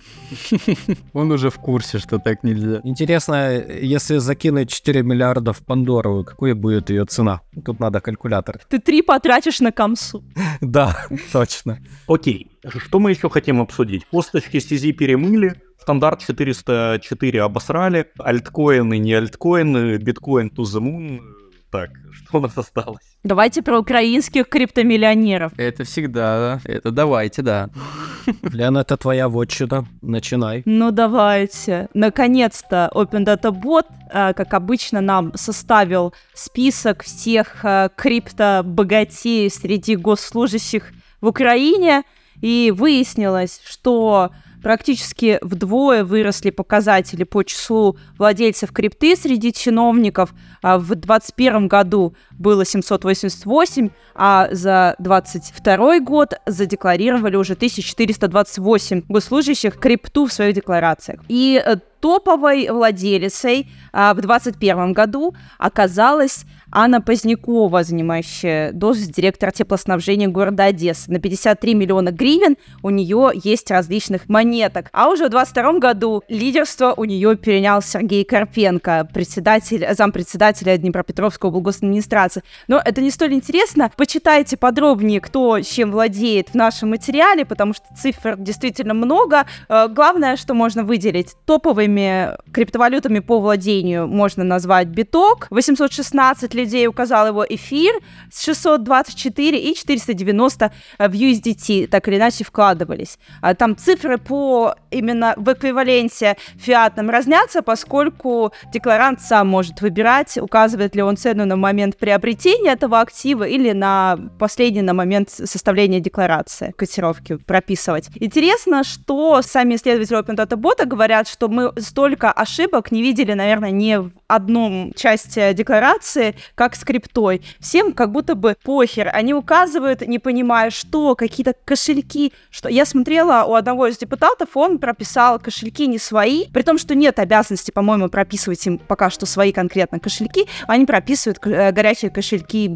Он уже в курсе, что так нельзя. Интересно, если закинуть четыре миллиарда в Пандору, какой будет ее цена? Тут надо калькулятор. Ты три потратишь на Камсу. Да, точно. Окей, что мы еще хотим обсудить? Косточки си зет перемыли, стандарт четыреста четыре обосрали, альткоины, не альткоины, биткоин to the moon. Так, что у нас осталось? Давайте про украинских криптомиллионеров. Это всегда, это давайте, да. Лена, это твоя вотчина, начинай. Ну давайте. Наконец-то Open Data Bot, как обычно, нам составил список всех криптобогатеев среди госслужащих в Украине. И выяснилось, что практически вдвое выросли показатели по числу владельцев крипты среди чиновников. В двадцать первом году было семьсот восемьдесят восемь, а за двадцать второй год задекларировали уже тысяча четыреста двадцать восемь госслужащих крипту в своих декларациях. И топовой владелицей а, в двадцать первом году оказалась Анна Позднякова, занимающая должность директора теплоснабжения города Одессы. На пятьдесят три миллиона гривен у нее есть различных монеток. А уже в двадцать втором году лидерство у нее перенял Сергей Карпенко, председатель, зампредседателя Днепропетровской облгосадминистрации. Но это не столь интересно. Почитайте подробнее, кто чем владеет в нашем материале, потому что цифр действительно много. Главное, что можно выделить: топовыми криптовалютами по владению можно назвать биток. восемьсот шестнадцать людей указал его эфир, шестьсот двадцать четыре и четыреста девяносто в ю эс ди ти так или иначе вкладывались. Там цифры по именно в эквиваленте фиатным разнятся, поскольку декларант сам может выбирать, указывает ли он цену на момент приобретения этого актива или на последний на момент составления декларации, котировки прописывать. Интересно, что сами исследователи Open Data Bot говорят, что мы столько ошибок не видели, наверное, не в одном части декларации, как с криптой. Всем как будто бы похер. Они указывают, не понимая, что, какие-то кошельки. Что я смотрела у одного из депутатов, он прописал кошельки не свои, при том, что нет обязанности, по-моему, прописывать им пока что свои конкретно кошельки, они прописывают горячие кошельки бирж.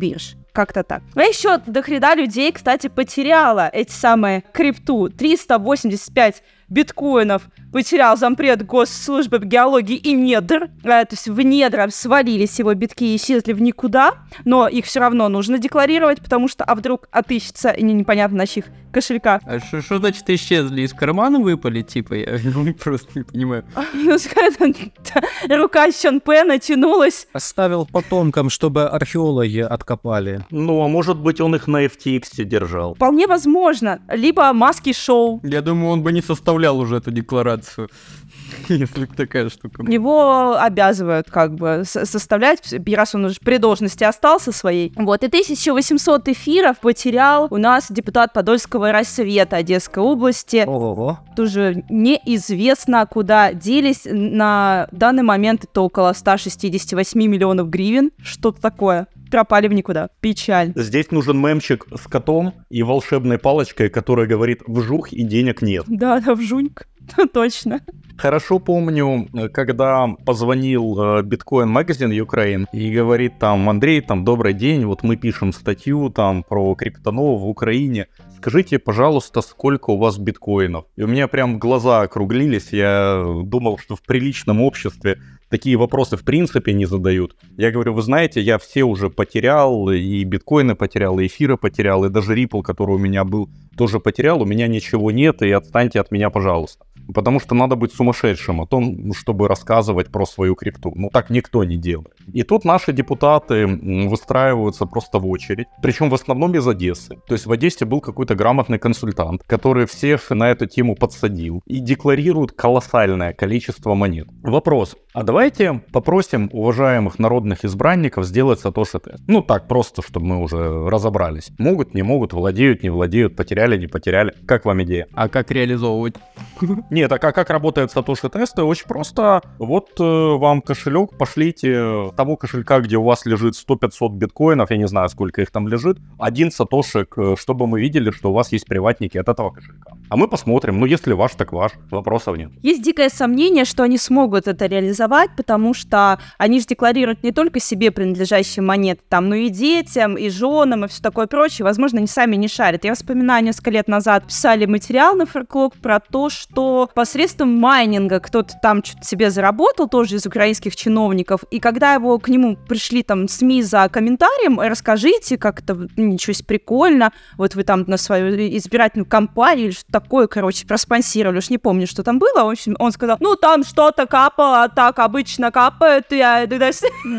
как-то так. А еще дохрена людей, кстати, потеряла эти самые крипту. триста восемьдесят пять биткоинов потерял зампред Госслужбы геологии и недр. А, то есть в недра свалились его битки и исчезли в никуда, но их все равно нужно декларировать, потому что а вдруг отыщется и непонятно на чьих кошельках. А что значит исчезли? Из кармана выпали? Типа, я просто не понимаю. Рука Сён Пэ натянулась. Оставил потомкам, чтобы археологи откопали. Ну, а может быть, он их на эф ти экс держал. Вполне возможно. Либо маски шоу. Я думаю, он бы не составлял уже эту декларацию, если такая штука. Его обязывают как бы составлять, раз он уже при должности остался своей. Вот, и тысяча восемьсот эфиров потерял у нас депутат Подольского райсовета Одесской области. Ого-го. Тоже неизвестно, куда делись. На данный момент это около сто шестьдесят восемь миллионов гривен. Что-то такое. Пропали в никуда. Печаль. Здесь нужен мемчик с котом и волшебной палочкой, которая говорит «вжух» и денег нет. Да, да, вжуньк. Точно. Хорошо помню, когда позвонил Bitcoin Magazine Ukraine и говорит там: Андрей, там, добрый день, вот мы пишем статью там про криптоно в Украине. Скажите, пожалуйста, сколько у вас биткоинов? И у меня прям глаза округлились, я думал, что в приличном обществе такие вопросы в принципе не задают. Я говорю, вы знаете, я все уже потерял, и биткоины потерял, и эфиры потерял, и даже Ripple, который у меня был, тоже потерял, у меня ничего нет, и отстаньте от меня, пожалуйста. Потому что надо быть сумасшедшим о том, чтобы рассказывать про свою крипту. Ну, так никто не делает. И тут наши депутаты выстраиваются просто в очередь, причем в основном из Одессы. То есть в Одессе был какой-то грамотный консультант, который всех на эту тему подсадил и декларирует колоссальное количество монет. Вопрос, а давайте попросим уважаемых народных избранников сделать сатоши-тест. Ну, так просто, чтобы мы уже разобрались. Могут, не могут, владеют, не владеют, потеряли, не потеряли. Как вам идея? А как реализовывать? Нет, а как, как работает сатоши-тесты? Очень просто. Вот э, вам кошелек, пошлите того кошелька, где у вас лежит сто-пятьсот биткоинов, я не знаю, сколько их там лежит, один сатошек, чтобы мы видели, что у вас есть приватники от этого кошелька. А мы посмотрим, ну если ваш, так ваш, вопросов нет. Есть дикое сомнение, что они смогут это реализовать, потому что они же декларируют не только себе принадлежащие монеты, там, но и детям, и женам, и все такое прочее. Возможно, они сами не шарят. Я вспоминаю, несколько лет назад писали материал на Форклог про то, что посредством майнинга кто-то там что-то себе заработал, тоже из украинских чиновников, и когда его к нему пришли там СМИ за комментарием, расскажите, как это, ничего себе, прикольно, вот вы там на свою избирательную кампанию или что-то такое, короче, проспонсировали, уж не помню, что там было, в общем, он сказал, ну, там что-то капало, так обычно капает, я тогда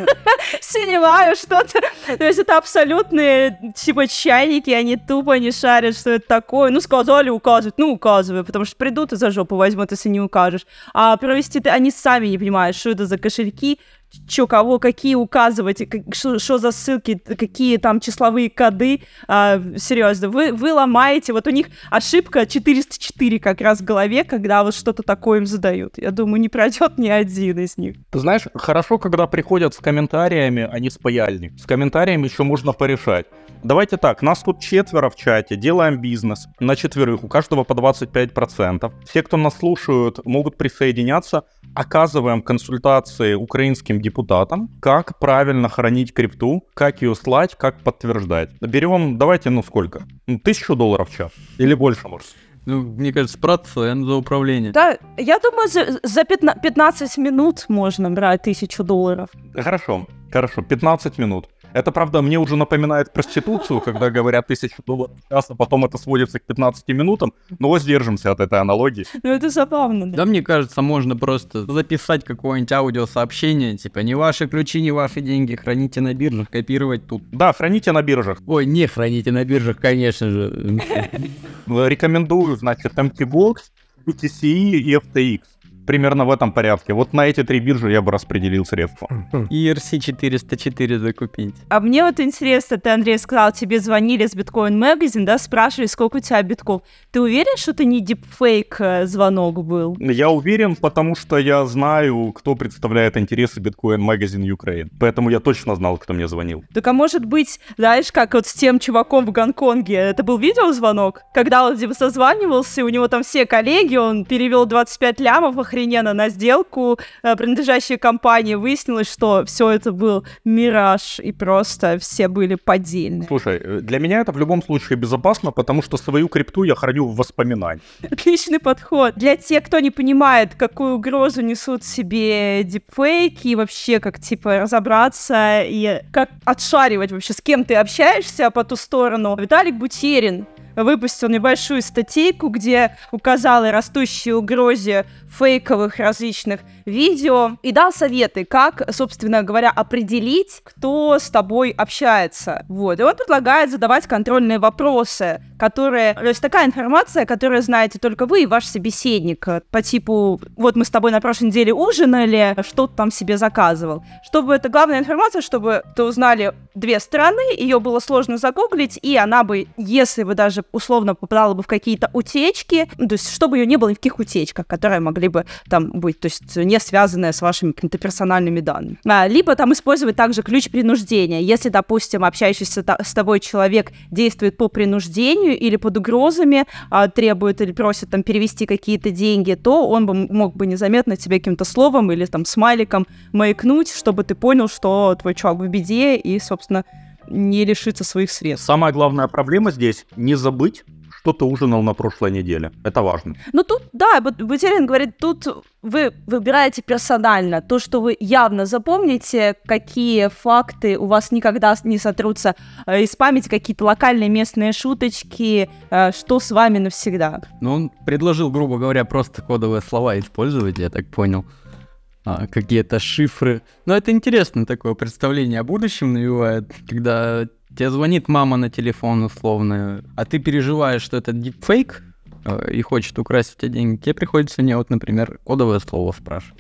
снимаю что-то, то есть это абсолютные, типа, чайники, они тупо не шарят, что это такое, ну, сказали указывать, ну, указывай, потому что придут и за жопу возьмут, если не укажешь, а провести они сами не понимают, что это за кошельки, что, кого, какие указывать, что за ссылки, какие там числовые коды, а, серьезно, вы, вы ломаете, вот у них ошибка четыреста четыре как раз в голове, когда вот что-то такое им задают. Я думаю, не пройдет ни один из них. Ты знаешь, хорошо, когда приходят с комментариями, а не с паяльник. С комментариями еще можно порешать. Давайте так, нас тут четверо в чате, делаем бизнес на четверых, у каждого по двадцать пять процентов. Все, кто нас слушают, могут присоединяться, оказываем консультации украинским депутатам, как правильно хранить крипту, как ее слать, как подтверждать. Берем, давайте, ну сколько? Тысячу долларов в час или больше, может? Ну, мне кажется, процент за управление. Да, я думаю, за, за пятнадцать минут можно брать тысячу долларов. Хорошо, хорошо, пятнадцать минут. Это, правда, мне уже напоминает проституцию, когда говорят тысячу долларов в час, а потом это сводится к пятнадцати минутам, но воздержимся от этой аналогии. Ну, это забавно, да. Да, мне кажется, можно просто записать какое-нибудь аудиосообщение, типа, не ваши ключи, не ваши деньги, храните на биржах, копировать тут. Да, храните на биржах. Ой, не храните на биржах, конечно же. Рекомендую, значит, эм ти Блокс, би ти си и эф ти экс. Примерно в этом порядке. Вот на эти три биржи я бы распределил средства. И эр си четыреста четыре закупить. А мне вот интересно, ты, Андрей, сказал, тебе звонили с Bitcoin Magazine, да, спрашивали, сколько у тебя битков. Ты уверен, что это не дипфейк звонок был? Я уверен, потому что я знаю, кто представляет интересы Bitcoin Magazine Ukraine. Поэтому я точно знал, кто мне звонил. Так а может быть, знаешь, как вот с тем чуваком в Гонконге, это был видеозвонок? Когда он типа созванивался, у него там все коллеги, он перевел двадцать пять лямов, охренел, одновременно на сделку, принадлежащие компании. Выяснилось, что все это был мираж, и просто все были поддельные. Слушай, для меня это в любом случае безопасно, потому что свою крипту я храню в воспоминаниях. Отличный подход. Для тех, кто не понимает, какую угрозу несут в себе дипфейки, и вообще как, типа, разобраться и как отшаривать вообще, с кем ты общаешься по ту сторону. Виталик Бутерин выпустил небольшую статейку, где указал о растущей угрозе фейковых различных видео и дал советы, как, собственно говоря, определить, кто с тобой общается. Вот. И он предлагает задавать контрольные вопросы, которые... То есть такая информация, которую знаете только вы и ваш собеседник. По типу, вот мы с тобой на прошлой неделе ужинали, что ты там себе заказывал. Чтобы это главная информация, чтобы ты узнали две стороны, ее было сложно загуглить, и она бы, если бы даже условно попадала бы в какие-то утечки, то есть чтобы ее не было ни в каких утечках, которые могли бы там быть, то есть не связанные с вашими какими-то персональными данными. А, либо там использовать также ключ принуждения. Если, допустим, общающийся с тобой человек действует по принуждению или под угрозами, а, требует или просит там перевести какие-то деньги, то он бы мог бы незаметно тебе каким-то словом или там смайликом маякнуть, чтобы ты понял, что твой чувак в беде и, собственно, не лишиться своих средств. Самая главная проблема здесь — не забыть, что ты ужинал на прошлой неделе. Это важно. Ну тут, да, Бутерин говорит, тут вы выбираете персонально то, что вы явно запомните, какие факты у вас никогда не сотрутся из памяти, какие-то локальные местные шуточки, что с вами навсегда. Ну, он предложил, грубо говоря, просто кодовые слова использовать, я так понял. А, какие-то шифры. Но это интересно, такое представление о будущем навевает, когда тебе звонит мама на телефон условно, а ты переживаешь, что это дипфейк э, и хочет украсть у тебя деньги, тебе приходится мне вот, например, кодовое слово спрашивать.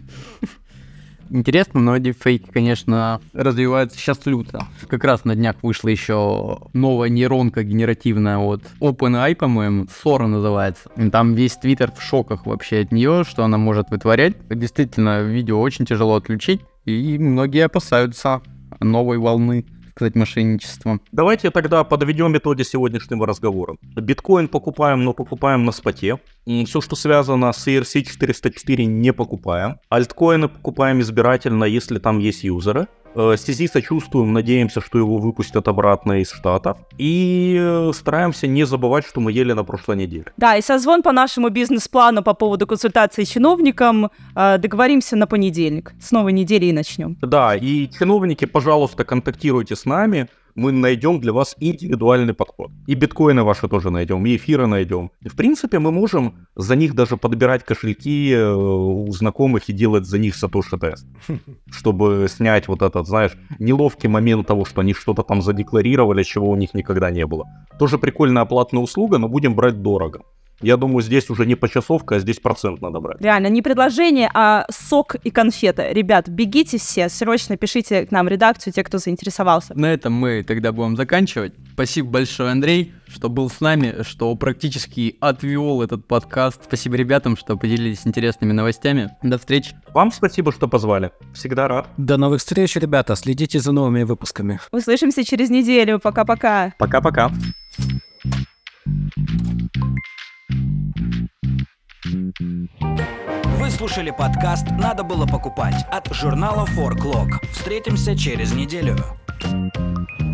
Интересно, но дипфейки, конечно, развиваются сейчас люто. Как раз на днях вышла еще новая нейронка генеративная от OpenAI, по-моему, Sora называется. И там весь Твиттер в шоках вообще от нее, что она может вытворять. Действительно, видео очень тяжело отключить, и многие опасаются новой волны, сказать, мошенничества. Давайте тогда подведем итоги сегодняшнего разговора. Биткоин покупаем, но покупаем на споте. Все, что связано с и эр си четыреста четыре, не покупаем. Альткоины покупаем избирательно, если там есть юзеры. си зет сочувствуем, надеемся, что его выпустят обратно из Штатов. И стараемся не забывать, что мы ели на прошлой неделе. Да, и созвон по нашему бизнес-плану по поводу консультации чиновникам э, договоримся на понедельник. С новой недели и начнем. Да, и чиновники, пожалуйста, контактируйте с нами. Мы найдем для вас индивидуальный подход. И биткоины ваши тоже найдем, и эфиры найдем. В принципе, мы можем за них даже подбирать кошельки у знакомых и делать за них сатоши-тест. Чтобы снять вот этот, знаешь, неловкий момент того, что они что-то там задекларировали, чего у них никогда не было. Тоже прикольная платная услуга, но будем брать дорого. Я думаю, здесь уже не почасовка, а здесь процент надо брать. Реально, не предложение, а сок и конфеты. Ребят, бегите все, срочно пишите к нам в редакцию, те, кто заинтересовался. На этом мы тогда будем заканчивать. Спасибо большое, Андрей, что был с нами, что практически отвел этот подкаст. Спасибо ребятам, что поделились интересными новостями. До встречи. Вам спасибо, что позвали. Всегда рад. До новых встреч, ребята. Следите за новыми выпусками. Услышимся через неделю. Пока-пока. Пока-пока. Вы слушали подкаст «Надо было покупать» от журнала фор клок. Встретимся через неделю.